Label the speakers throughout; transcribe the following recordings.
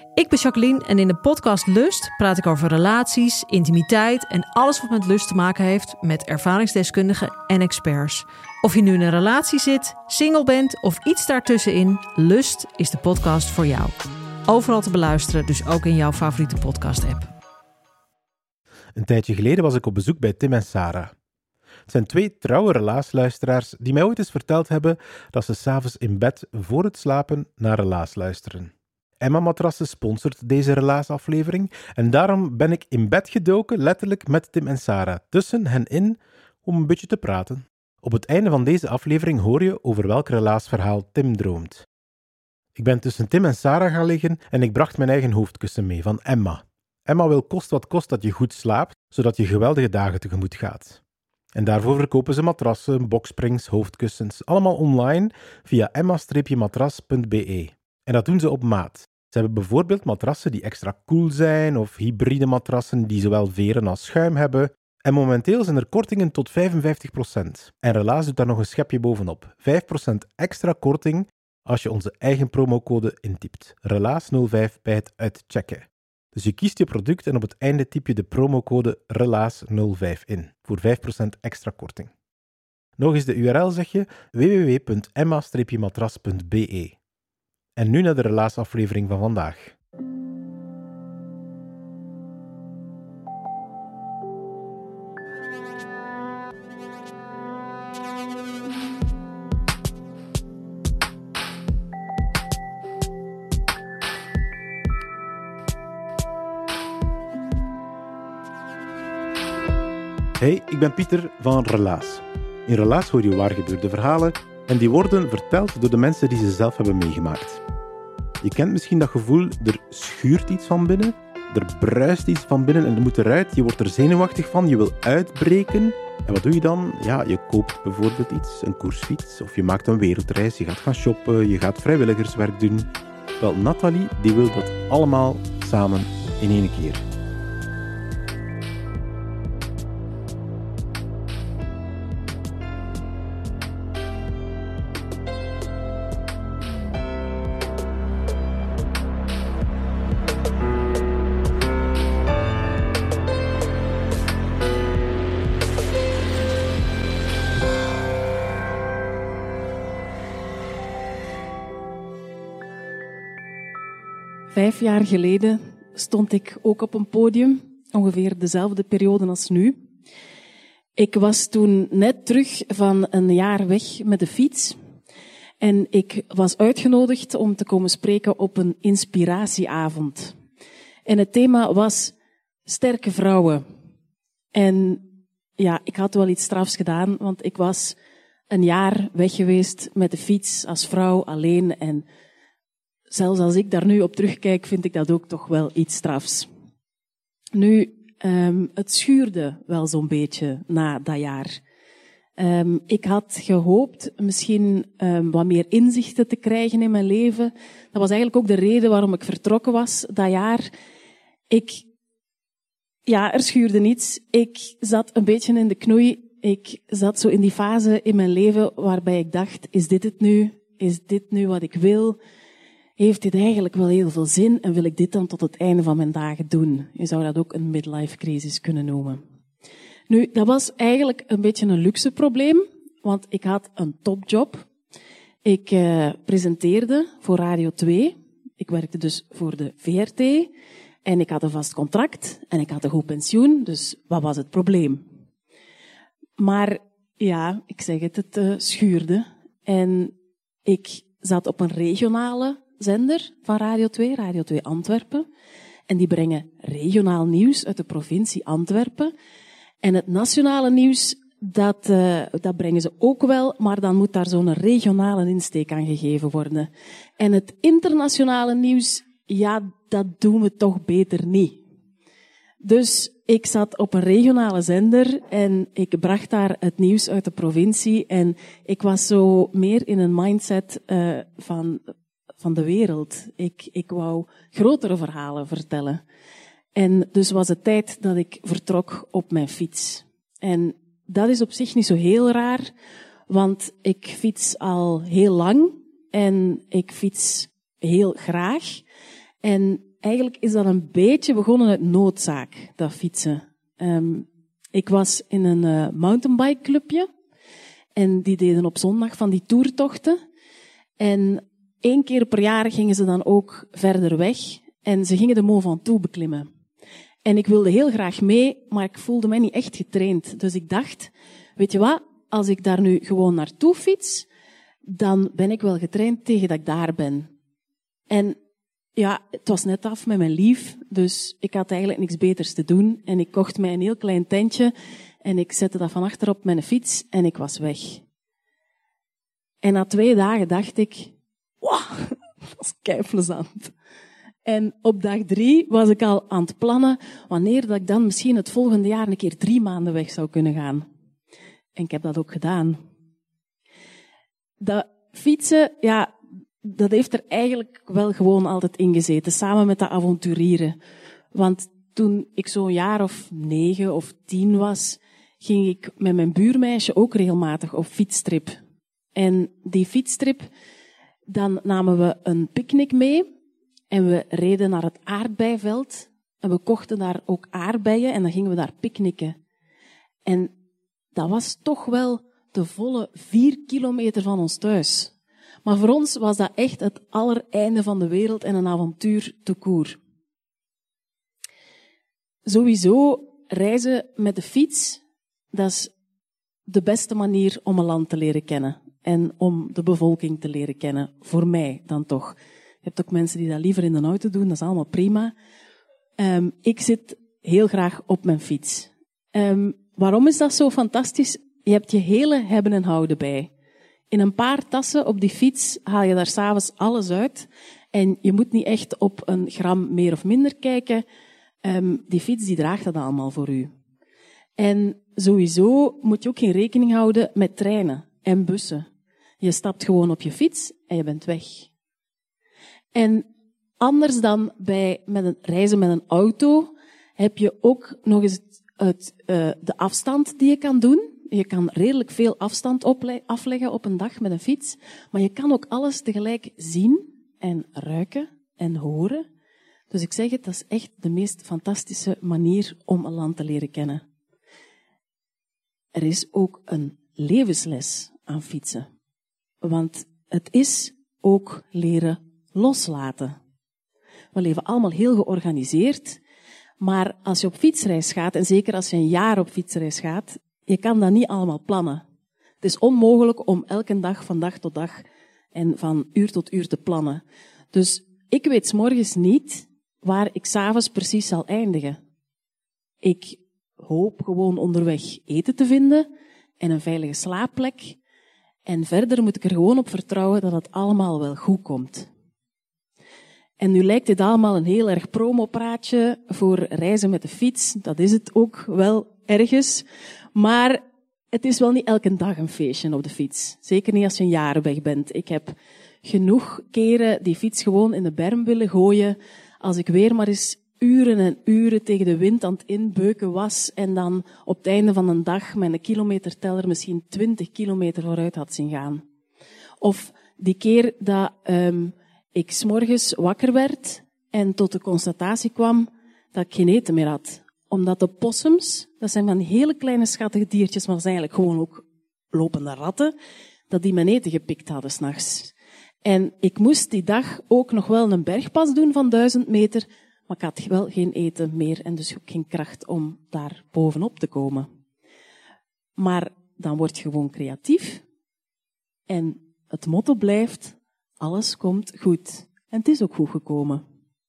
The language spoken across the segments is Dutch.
Speaker 1: Ik ben Jacqueline en in de podcast Lust praat ik over relaties, intimiteit en alles wat met lust te maken heeft met ervaringsdeskundigen en experts. Of je nu in een relatie zit, single bent of iets daartussenin, Lust is de podcast voor jou. Overal te beluisteren, dus ook in jouw favoriete podcast-app.
Speaker 2: Een tijdje geleden was ik op bezoek bij Tim en Sarah. Het zijn twee trouwe relaasluisteraars die mij ooit eens verteld hebben dat ze 's avonds in bed voor het slapen naar Relaas luisteren. Emma Matrassen sponsort deze Relaas-aflevering en daarom ben ik in bed gedoken, letterlijk met Tim en Sarah, tussen hen in, om een beetje te praten. Op het einde van deze aflevering hoor je over welk relaasverhaal Tim droomt. Ik ben tussen Tim en Sarah gaan liggen en ik bracht mijn eigen hoofdkussen mee van Emma. Emma wil kost wat kost dat je goed slaapt, zodat je geweldige dagen tegemoet gaat. En daarvoor verkopen ze matrassen, boksprings, hoofdkussens, allemaal online via emma-matras.be. En dat doen ze op maat. Ze hebben bijvoorbeeld matrassen die extra koel zijn of hybride matrassen die zowel veren als schuim hebben. En momenteel zijn er kortingen tot 55%. En Relaas doet daar nog een schepje bovenop. 5% extra korting als je onze eigen promocode intypt. Relaas05 bij het uitchecken. Dus je kiest je product en op het einde typ je de promocode Relaas05 in. Voor 5% extra korting. Nog eens de URL zeg je www.emma-matras.be. En nu naar de Relaas-aflevering van vandaag. Hey, ik ben Pieter van Relaas. In Relaas hoor je waar gebeurde verhalen en die worden verteld door de mensen die ze zelf hebben meegemaakt. Je kent misschien dat gevoel, er schuurt iets van binnen, er bruist iets van binnen en het moet eruit, je wordt er zenuwachtig van, je wil uitbreken. En wat doe je dan? Ja, je koopt bijvoorbeeld iets, een koersfiets, of je maakt een wereldreis, je gaat gaan shoppen, je gaat vrijwilligerswerk doen. Wel, Nathalie, die wil dat allemaal samen in één keer.
Speaker 3: Vijf jaar geleden stond ik ook op een podium, ongeveer dezelfde periode als nu. Ik was toen net terug van een jaar weg met de fiets. En ik was uitgenodigd om te komen spreken op een inspiratieavond. En het thema was sterke vrouwen. En ja, ik had wel iets strafs gedaan, want ik was een jaar weg geweest met de fiets als vrouw alleen. En zelfs als ik daar nu op terugkijk, vind ik dat ook toch wel iets strafs. Nu, het schuurde wel zo'n beetje na dat jaar. Ik had gehoopt misschien wat meer inzichten te krijgen in mijn leven. Dat was eigenlijk ook de reden waarom ik vertrokken was dat jaar. Er schuurde niets. Ik zat een beetje in de knoei. Ik zat zo in die fase in mijn leven waarbij ik dacht, is dit het nu? Is dit nu wat ik wil? Heeft dit eigenlijk wel heel veel zin en wil ik dit dan tot het einde van mijn dagen doen? Je zou dat ook een midlife crisis kunnen noemen. Nu, dat was eigenlijk een beetje een luxe probleem, want ik had een topjob. Ik presenteerde voor Radio 2. Ik werkte dus voor de VRT en ik had een vast contract en ik had een goed pensioen, dus wat was het probleem? Maar ja, ik zeg het schuurde en ik zat op een regionale zender van Radio 2, Radio 2 Antwerpen. En die brengen regionaal nieuws uit de provincie Antwerpen. En het nationale nieuws, dat brengen ze ook wel, maar dan moet daar zo'n regionale insteek aan gegeven worden. En het internationale nieuws, ja, dat doen we toch beter niet. Dus ik zat op een regionale zender en ik bracht daar het nieuws uit de provincie en ik was zo meer in een mindset van de wereld. Ik wou grotere verhalen vertellen. En dus was het tijd dat ik vertrok op mijn fiets. En dat is op zich niet zo heel raar, want ik fiets al heel lang en ik fiets heel graag. En eigenlijk is dat een beetje begonnen uit noodzaak, dat fietsen. Ik was in een mountainbike clubje. En die deden op zondag van die toertochten. En 1 keer per jaar gingen ze dan ook verder weg. En ze gingen de Mont Ventoux beklimmen. En ik wilde heel graag mee, maar ik voelde mij niet echt getraind. Dus ik dacht, weet je wat, als ik daar nu gewoon naartoe fiets, dan ben ik wel getraind tegen dat ik daar ben. En ja, het was net af met mijn lief, dus ik had eigenlijk niks beters te doen. En ik kocht mij een heel klein tentje en ik zette dat van achter op mijn fiets en ik was weg. En na 2 dagen dacht ik, wow, dat is keiplezant. En op dag 3 was ik al aan het plannen wanneer dat ik dan misschien het volgende jaar een keer 3 maanden weg zou kunnen gaan. En ik heb dat ook gedaan. Dat fietsen, ja, dat heeft er eigenlijk wel gewoon altijd in gezeten, samen met dat avonturieren. Want toen ik zo'n jaar of 9 of 10 was, ging ik met mijn buurmeisje ook regelmatig op fietstrip. En die fietstrip, dan namen we een picknick mee en we reden naar het aardbeiveld en we kochten daar ook aardbeien en dan gingen we daar picknicken. En dat was toch wel de volle 4 kilometer van ons thuis. Maar voor ons was dat echt het allereinde van de wereld en een avontuur tout court. Sowieso reizen met de fiets, dat is de beste manier om een land te leren kennen. En om de bevolking te leren kennen. Voor mij dan toch. Je hebt ook mensen die dat liever in de auto doen, dat is allemaal prima. Ik zit heel graag op mijn fiets. Waarom is dat zo fantastisch? Je hebt je hele hebben en houden bij. In een paar tassen op die fiets haal je daar 's avonds alles uit. En je moet niet echt op een gram meer of minder kijken. Die fiets die draagt dat allemaal voor u. En sowieso moet je ook geen rekening houden met treinen en bussen. Je stapt gewoon op je fiets en je bent weg. En anders dan met een reizen met een auto, heb je ook nog eens de afstand die je kan doen. Je kan redelijk veel afstand afleggen op een dag met een fiets, maar je kan ook alles tegelijk zien en ruiken en horen. Dus ik zeg het, dat is echt de meest fantastische manier om een land te leren kennen. Er is ook een levensles aan fietsen. Want het is ook leren loslaten. We leven allemaal heel georganiseerd, maar als je op fietsreis gaat, en zeker als je een jaar op fietsreis gaat, je kan dat niet allemaal plannen. Het is onmogelijk om elke dag van dag tot dag en van uur tot uur te plannen. Dus ik weet 's morgens niet waar ik 's avonds precies zal eindigen. Ik hoop gewoon onderweg eten te vinden en een veilige slaapplek. En verder moet ik er gewoon op vertrouwen dat het allemaal wel goed komt. En nu lijkt dit allemaal een heel erg promopraatje voor reizen met de fiets. Dat is het ook wel ergens. Maar het is wel niet elke dag een feestje op de fiets. Zeker niet als je een jaar weg bent. Ik heb genoeg keren die fiets gewoon in de berm willen gooien. Als ik weer maar eens uren en uren tegen de wind aan het inbeuken was en dan op het einde van een dag mijn kilometerteller misschien 20 kilometer vooruit had zien gaan. Of die keer dat ik 's morgens wakker werd en tot de constatatie kwam dat ik geen eten meer had. Omdat de possums, dat zijn van hele kleine schattige diertjes, maar dat zijn eigenlijk gewoon ook lopende ratten, dat die mijn eten gepikt hadden 's nachts. En ik moest die dag ook nog wel een bergpas doen van 1000 meter, maar ik had wel geen eten meer en dus ook geen kracht om daar bovenop te komen. Maar dan word je gewoon creatief en het motto blijft, alles komt goed. En het is ook goed gekomen.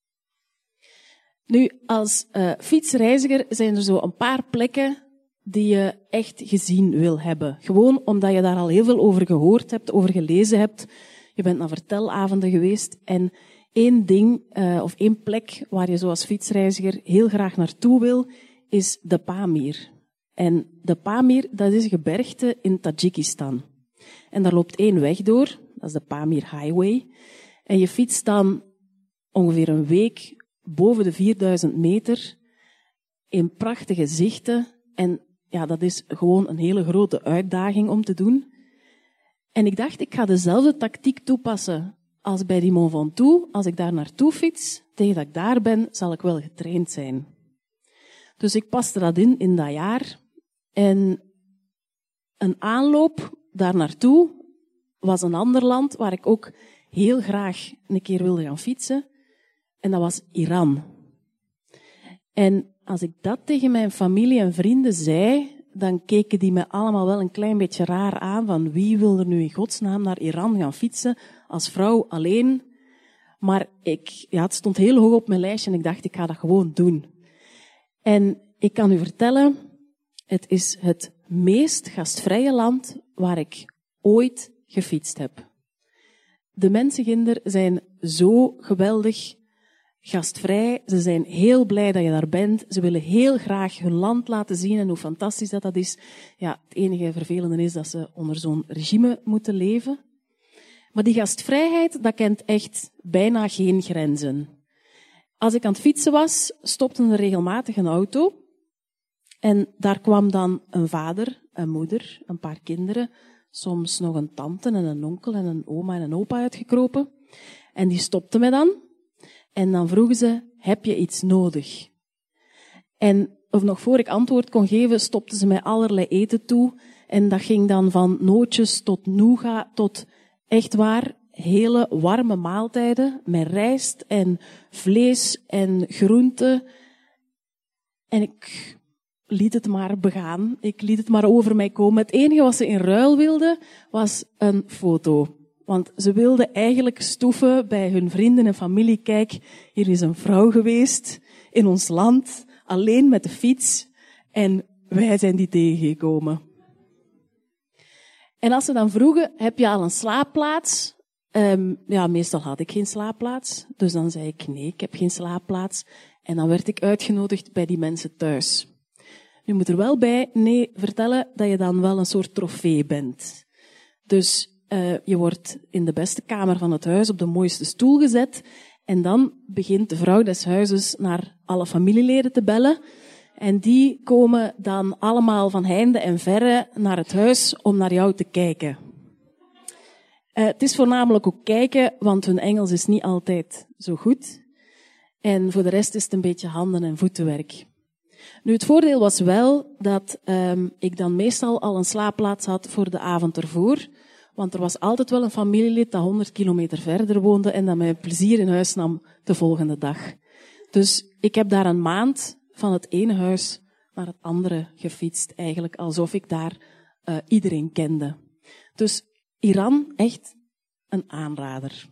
Speaker 3: Nu, als fietsreiziger zijn er zo een paar plekken die je echt gezien wil hebben. Gewoon omdat je daar al heel veel over gehoord hebt, over gelezen hebt. Je bent naar vertelavonden geweest en één ding of één plek waar je zo als fietsreiziger heel graag naartoe wil, is de Pamir. En de Pamir, dat is een gebergte in Tajikistan. En daar loopt 1 weg door, dat is de Pamir Highway. En je fietst dan ongeveer een week boven de 4000 meter in prachtige zichten. En ja, dat is gewoon een hele grote uitdaging om te doen. En ik dacht, ik ga dezelfde tactiek toepassen als bij die Mont Ventoux, als ik daar naartoe fiets, tegen dat ik daar ben, zal ik wel getraind zijn. Dus ik paste dat in dat jaar. En een aanloop daar naartoe was een ander land waar ik ook heel graag een keer wilde gaan fietsen. En dat was Iran. En als ik dat tegen mijn familie en vrienden zei, dan keken die me allemaal wel een klein beetje raar aan, van wie wil er nu in godsnaam naar Iran gaan fietsen, als vrouw alleen. Maar het stond heel hoog op mijn lijstje en ik dacht, ik ga dat gewoon doen. En ik kan u vertellen, het is het meest gastvrije land waar ik ooit gefietst heb. De mensen ginder zijn zo geweldig gastvrij. Ze zijn heel blij dat je daar bent. Ze willen heel graag hun land laten zien en hoe fantastisch dat is. Ja, het enige vervelende is dat ze onder zo'n regime moeten leven. Maar die gastvrijheid, dat kent echt bijna geen grenzen. Als ik aan het fietsen was, stopte er regelmatig een auto. En daar kwam dan een vader, een moeder, een paar kinderen, soms nog een tante en een onkel en een oma en een opa uitgekropen. En die stopten mij dan. En dan vroegen ze, heb je iets nodig? En of nog voor ik antwoord kon geven, stopten ze mij allerlei eten toe. En dat ging dan van nootjes tot nougat, tot echt waar hele warme maaltijden met rijst en vlees en groenten. En ik liet het maar begaan. Ik liet het maar over mij komen. Het enige wat ze in ruil wilden, was een foto. Want ze wilden eigenlijk stoeven bij hun vrienden en familie. Kijk, hier is een vrouw geweest in ons land, alleen met de fiets. En wij zijn die tegengekomen. En als ze dan vroegen, heb je al een slaapplaats? Meestal had ik geen slaapplaats. Dus dan zei ik, nee, ik heb geen slaapplaats. En dan werd ik uitgenodigd bij die mensen thuis. Nu moet er wel bij vertellen dat je dan wel een soort trofee bent. Dus je wordt in de beste kamer van het huis op de mooiste stoel gezet. En dan begint de vrouw des huizes naar alle familieleden te bellen. En die komen dan allemaal van heinde en verre naar het huis om naar jou te kijken. Het is voornamelijk ook kijken, want hun Engels is niet altijd zo goed. En voor de rest is het een beetje handen- en voetenwerk. Nu, het voordeel was wel dat ik dan meestal al een slaapplaats had voor de avond ervoor. Want er was altijd wel een familielid dat 100 kilometer verder woonde en dat mij plezier in huis nam de volgende dag. Dus ik heb daar een maand van het ene huis naar het andere gefietst, eigenlijk alsof ik daar iedereen kende. Dus Iran, echt een aanrader.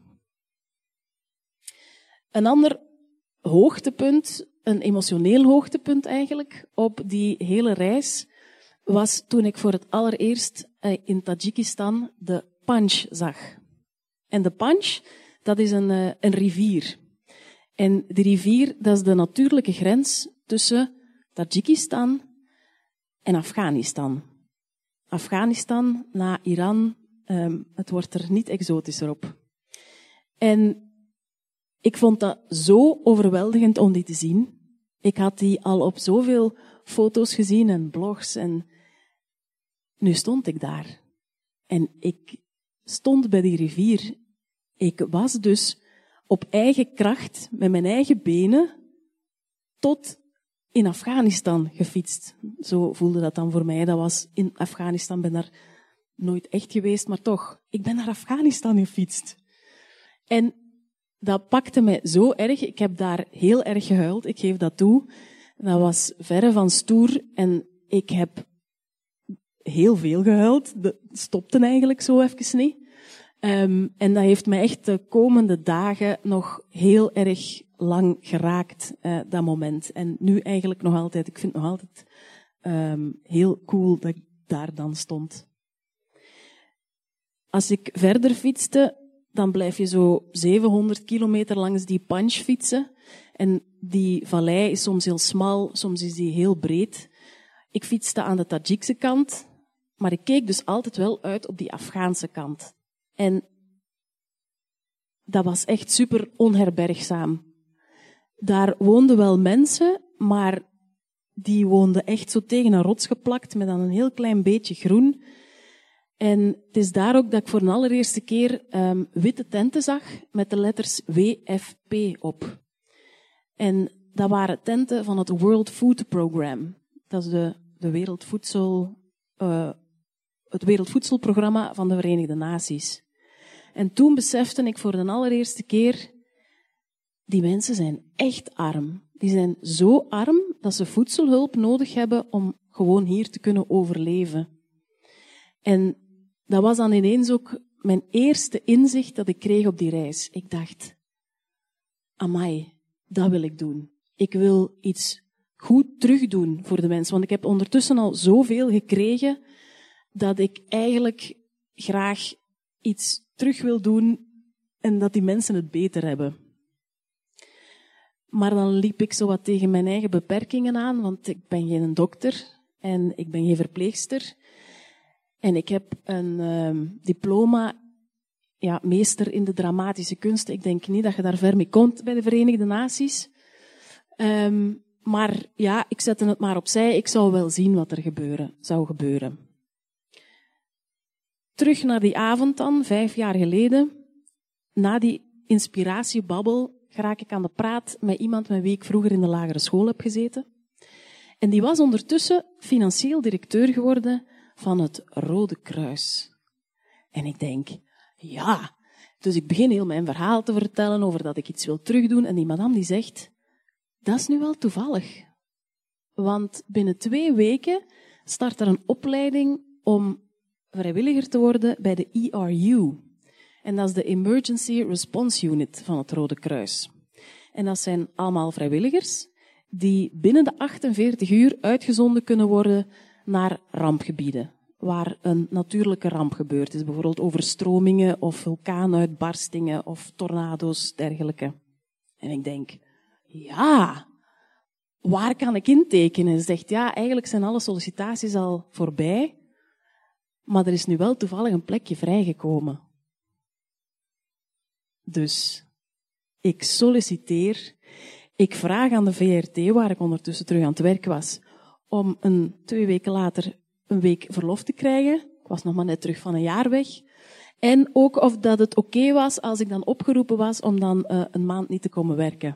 Speaker 3: Een ander hoogtepunt, een emotioneel hoogtepunt eigenlijk, op die hele reis, was toen ik voor het allereerst in Tajikistan de Panj zag. En de Panj, dat is een rivier. En die rivier, dat is de natuurlijke grens tussen Tajikistan en Afghanistan. Afghanistan na Iran, het wordt er niet exotischer op. En ik vond dat zo overweldigend om die te zien. Ik had die al op zoveel foto's gezien en blogs en nu stond ik daar. En ik stond bij die rivier. Ik was dus op eigen kracht, met mijn eigen benen, tot in Afghanistan gefietst. Zo voelde dat dan voor mij. Dat was in Afghanistan, ben daar nooit echt geweest, maar toch, ik ben naar Afghanistan gefietst. En dat pakte mij zo erg. Ik heb daar heel erg gehuild, ik geef dat toe. Dat was verre van stoer en ik heb heel veel gehuild. Dat stopte eigenlijk zo even niet. En dat heeft mij echt de komende dagen nog heel erg lang geraakt, dat moment. En nu eigenlijk nog altijd. Ik vind het nog altijd heel cool dat ik daar dan stond. Als ik verder fietste, dan blijf je zo 700 kilometer langs die Panj fietsen. En die vallei is soms heel smal, soms is die heel breed. Ik fietste aan de Tajikse kant, maar ik keek dus altijd wel uit op die Afghaanse kant. En dat was echt super onherbergzaam. Daar woonden wel mensen, maar die woonden echt zo tegen een rots geplakt met dan een heel klein beetje groen. En het is daar ook dat ik voor de allereerste keer witte tenten zag met de letters WFP op. En dat waren tenten van het World Food Program. Dat is het Wereldvoedselprogramma van de Verenigde Naties. En toen besefte ik voor de allereerste keer, die mensen zijn echt arm. Die zijn zo arm dat ze voedselhulp nodig hebben om gewoon hier te kunnen overleven. En dat was dan ineens ook mijn eerste inzicht dat ik kreeg op die reis. Ik dacht, amai, dat wil ik doen. Ik wil iets goed terugdoen voor de mensen. Want ik heb ondertussen al zoveel gekregen dat ik eigenlijk graag iets terug wil doen en dat die mensen het beter hebben. Maar dan liep ik zo wat tegen mijn eigen beperkingen aan, want ik ben geen dokter en ik ben geen verpleegster. En ik heb een diploma, meester in de dramatische kunsten. Ik denk niet dat je daar ver mee komt bij de Verenigde Naties. Maar ja, ik zette het maar opzij. Ik zou wel zien wat er zou gebeuren. Terug naar die avond dan, 5 jaar geleden. Na die inspiratiebabbel raak ik aan de praat met iemand met wie ik vroeger in de lagere school heb gezeten. En die was ondertussen financieel directeur geworden van het Rode Kruis. En ik denk, ja. Dus ik begin heel mijn verhaal te vertellen over dat ik iets wil terugdoen. En die madame die zegt, dat is nu wel toevallig. Want binnen 2 weken start er een opleiding om vrijwilliger te worden bij de ERU. En dat is de Emergency Response Unit van het Rode Kruis. En dat zijn allemaal vrijwilligers die binnen de 48 uur uitgezonden kunnen worden naar rampgebieden, waar een natuurlijke ramp gebeurd is. Bijvoorbeeld overstromingen of vulkaanuitbarstingen of tornado's, dergelijke. En ik denk, ja, waar kan ik intekenen? Ze zegt, ja, eigenlijk zijn alle sollicitaties al voorbij, maar er is nu wel toevallig een plekje vrijgekomen. Dus ik solliciteer, ik vraag aan de VRT, waar ik ondertussen terug aan het werk was, om 2 weken later een week verlof te krijgen. Ik was nog maar net terug van een jaar weg. En ook of dat het oké was als ik dan opgeroepen was om dan een maand niet te komen werken.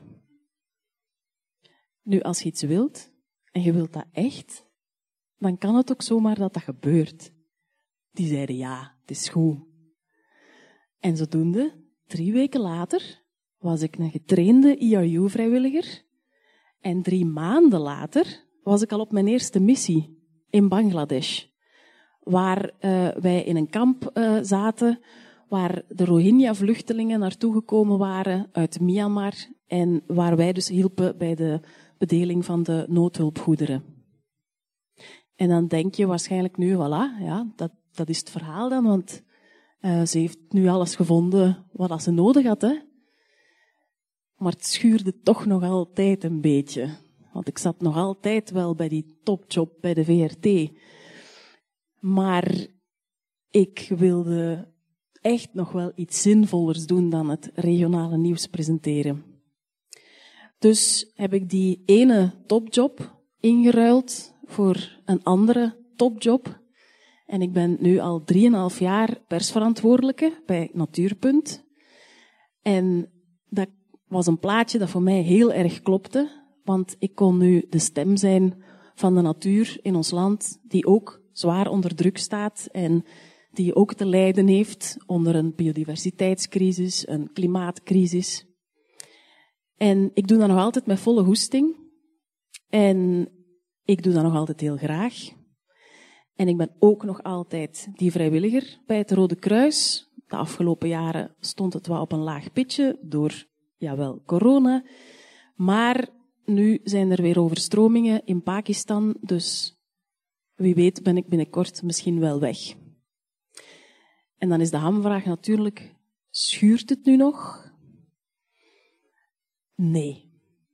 Speaker 3: Nu, als je iets wilt, en je wilt dat echt, dan kan het ook zomaar dat gebeurt. Die zeiden ja, het is goed. En zodoende, 3 weken later, was ik een getrainde ERU-vrijwilliger. En 3 maanden later was ik al op mijn eerste missie in Bangladesh. Waar wij in een kamp zaten, waar de Rohingya-vluchtelingen naartoe gekomen waren uit Myanmar. En waar wij dus hielpen bij de bedeling van de noodhulpgoederen. En dan denk je waarschijnlijk nu, voilà, ja, dat is het verhaal dan, want ze heeft nu alles gevonden wat ze nodig had, hè. Maar het schuurde toch nog altijd een beetje. Want ik zat nog altijd wel bij die topjob bij de VRT. Maar ik wilde echt nog wel iets zinvollers doen dan het regionale nieuws presenteren. Dus heb ik die ene topjob ingeruild voor een andere topjob. En ik ben nu al 3,5 jaar persverantwoordelijke bij Natuurpunt. En dat was een plaatje dat voor mij heel erg klopte. Want ik kon nu de stem zijn van de natuur in ons land, die ook zwaar onder druk staat en die ook te lijden heeft onder een biodiversiteitscrisis, een klimaatcrisis. En ik doe dat nog altijd met volle goesting. En ik doe dat nog altijd heel graag. En ik ben ook nog altijd die vrijwilliger bij het Rode Kruis. De afgelopen jaren stond het wel op een laag pitje door, jawel, corona. Maar nu zijn er weer overstromingen in Pakistan, dus wie weet ben ik binnenkort misschien wel weg. En dan is de hamvraag natuurlijk, schuurt het nu nog? Nee.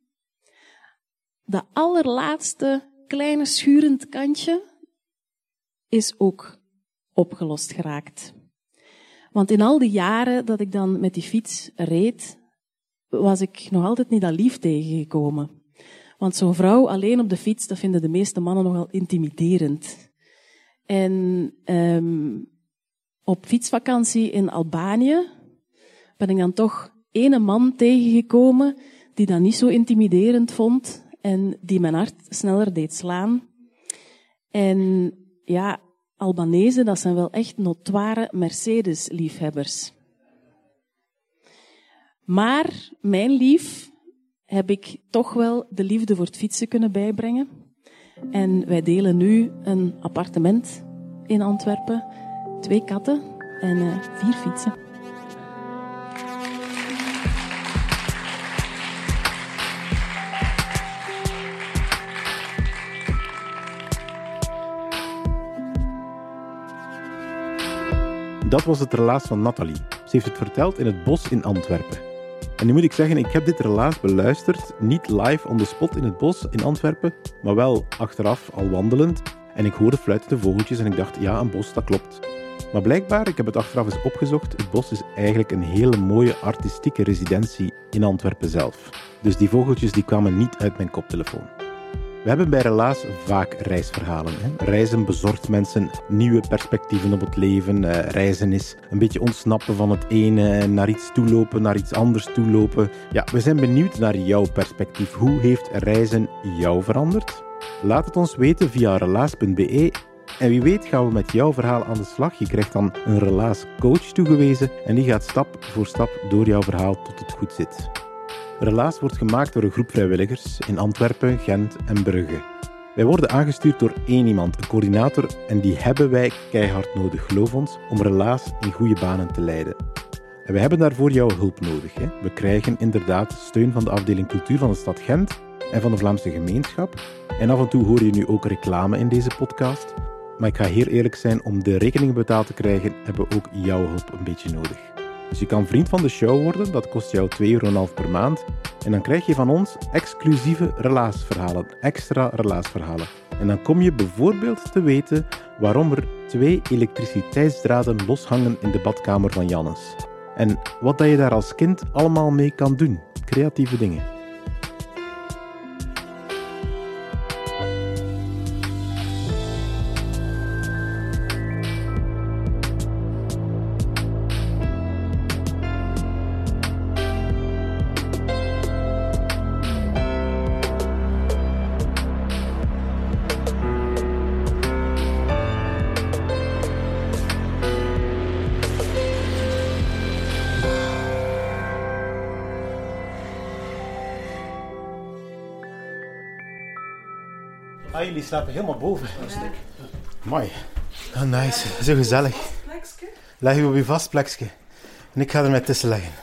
Speaker 3: De allerlaatste kleine schurend kantje is ook opgelost geraakt. Want in al die jaren dat ik dan met die fiets reed, was ik nog altijd niet dat lief tegengekomen. Want zo'n vrouw alleen op de fiets, dat vinden de meeste mannen nogal intimiderend. En op fietsvakantie in Albanië ben ik dan toch ene man tegengekomen die dat niet zo intimiderend vond en die mijn hart sneller deed slaan. En ja, Albanezen, dat zijn wel echt notoire Mercedes-liefhebbers. Maar mijn lief heb ik toch wel de liefde voor het fietsen kunnen bijbrengen. En wij delen nu een appartement in Antwerpen, 2 katten en 4 fietsen.
Speaker 2: Dat was het relaas van Nathalie. Ze heeft het verteld in het bos in Antwerpen. En nu moet ik zeggen, ik heb dit relaas beluisterd, niet live on the spot in het bos in Antwerpen, maar wel achteraf, al wandelend. En ik hoorde fluitende vogeltjes en ik dacht, ja, een bos, dat klopt. Maar blijkbaar, ik heb het achteraf eens opgezocht, het bos is eigenlijk een hele mooie artistieke residentie in Antwerpen zelf. Dus die vogeltjes die kwamen niet uit mijn koptelefoon. We hebben bij Relaas vaak reisverhalen. Reizen bezorgt mensen nieuwe perspectieven op het leven. Reizen is een beetje ontsnappen van het ene naar iets toelopen, naar iets anders toelopen. Ja, we zijn benieuwd naar jouw perspectief. Hoe heeft reizen jou veranderd? Laat het ons weten via relaas.be. En wie weet gaan we met jouw verhaal aan de slag. Je krijgt dan een Relaas-coach toegewezen en die gaat stap voor stap door jouw verhaal tot het goed zit. Relaas wordt gemaakt door een groep vrijwilligers in Antwerpen, Gent en Brugge. Wij worden aangestuurd door 1 iemand, een coördinator, en die hebben wij keihard nodig, geloof ons, om Relaas in goede banen te leiden. En wij hebben daarvoor jouw hulp nodig. We krijgen inderdaad steun van de afdeling cultuur van de stad Gent en van de Vlaamse gemeenschap. En af en toe hoor je nu ook reclame in deze podcast. Maar ik ga heel eerlijk zijn, om de rekeningen betaald te krijgen, hebben we ook jouw hulp een beetje nodig. Dus je kan vriend van de show worden, dat kost jou €2,5 per maand. En dan krijg je van ons exclusieve relaasverhalen, extra relaasverhalen. En dan kom je bijvoorbeeld te weten waarom er 2 elektriciteitsdraden loshangen in de badkamer van Jannes. En wat dat je daar als kind allemaal mee kan doen. Creatieve dingen. Jullie slapen helemaal boven. Mooi. Oh, nice. Zo gezellig. Leg je op je vast plekje. En ik ga er met tussen leggen.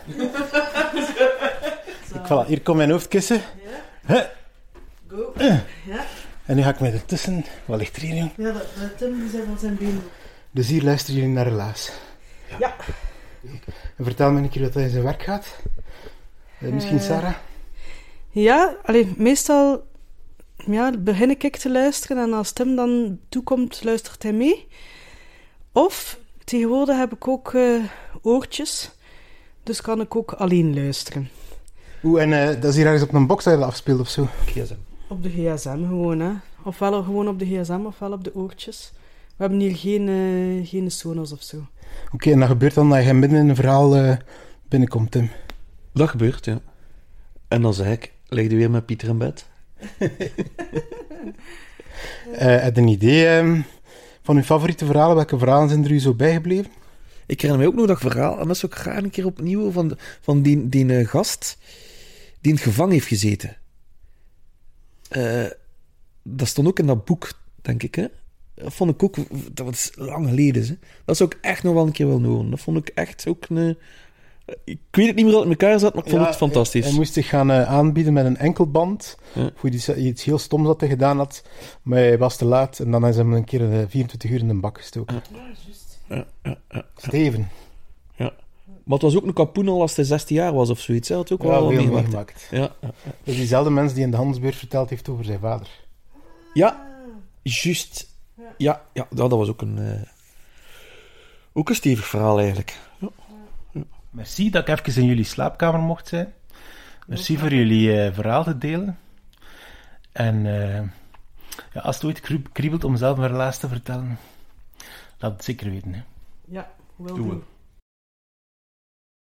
Speaker 2: Voilà, hier komt mijn hoofdkussen.
Speaker 4: Go. Ja.
Speaker 2: En nu ga ik met ertussen. Wat ligt er hier, jong?
Speaker 4: Ja, Tim die zei van zijn been.
Speaker 2: Dus hier luisteren jullie naar Relaas.
Speaker 4: Ja.
Speaker 2: En vertel me een keer wat hij in zijn werk gaat. Misschien Sarah?
Speaker 4: Ja, meestal begin ik te luisteren en als Tim dan toekomt, luistert hij mee. Of tegenwoordig heb ik ook oortjes, dus kan ik ook alleen luisteren.
Speaker 2: Oeh, en dat is hier ergens op een box dat je dat afspeelt of zo?
Speaker 5: GSM.
Speaker 4: Op de gsm gewoon, hè. Ofwel gewoon op de gsm, ofwel op de oortjes. We hebben hier geen Sonos of zo.
Speaker 2: Oké, en dat gebeurt dan dat je midden in een verhaal binnenkomt, Tim?
Speaker 5: Dat gebeurt, ja. En dan zeg ik, lig je weer met Pieter in bed?
Speaker 2: Heb je een idee van uw favoriete verhalen? Welke verhalen zijn er u zo bijgebleven?
Speaker 5: Ik herinner mij ook nog dat verhaal, en dat is ook graag een keer opnieuw, van die gast die in het gevangen heeft gezeten. Dat stond ook in dat boek, denk ik, hè. Dat vond ik ook, dat was lang geleden, hè. Dat zou ik echt nog wel een keer willen horen. Dat vond ik echt ook een... Ik weet het niet meer dat het in elkaar zat, maar ik vond het fantastisch.
Speaker 2: Hij moest zich gaan aanbieden met een enkelband. Ja. Voor iets heel stoms dat hij gedaan had. Maar hij was te laat en dan is hem een keer 24 uur in een bak gestoken.
Speaker 4: Ja, juist.
Speaker 5: Ja.
Speaker 2: Steven.
Speaker 5: Ja. Maar het was ook een kapoen al als hij 16 jaar was of zoiets. Hij had ook
Speaker 2: wel
Speaker 5: veel
Speaker 2: meegemaakt.
Speaker 5: Ja.
Speaker 2: Dat is diezelfde mens die in de Handelsbeurs verteld heeft over zijn vader.
Speaker 5: Ja, juist. Ja, dat was ook een stevig verhaal eigenlijk. Ja.
Speaker 6: Merci dat ik even in jullie slaapkamer mocht zijn. Merci voor jullie verhaal te delen. En als het ooit kriebelt om zelf een relaas te vertellen, laat het zeker weten. Hè.
Speaker 4: Ja, Will
Speaker 5: Doen
Speaker 4: do.
Speaker 5: we.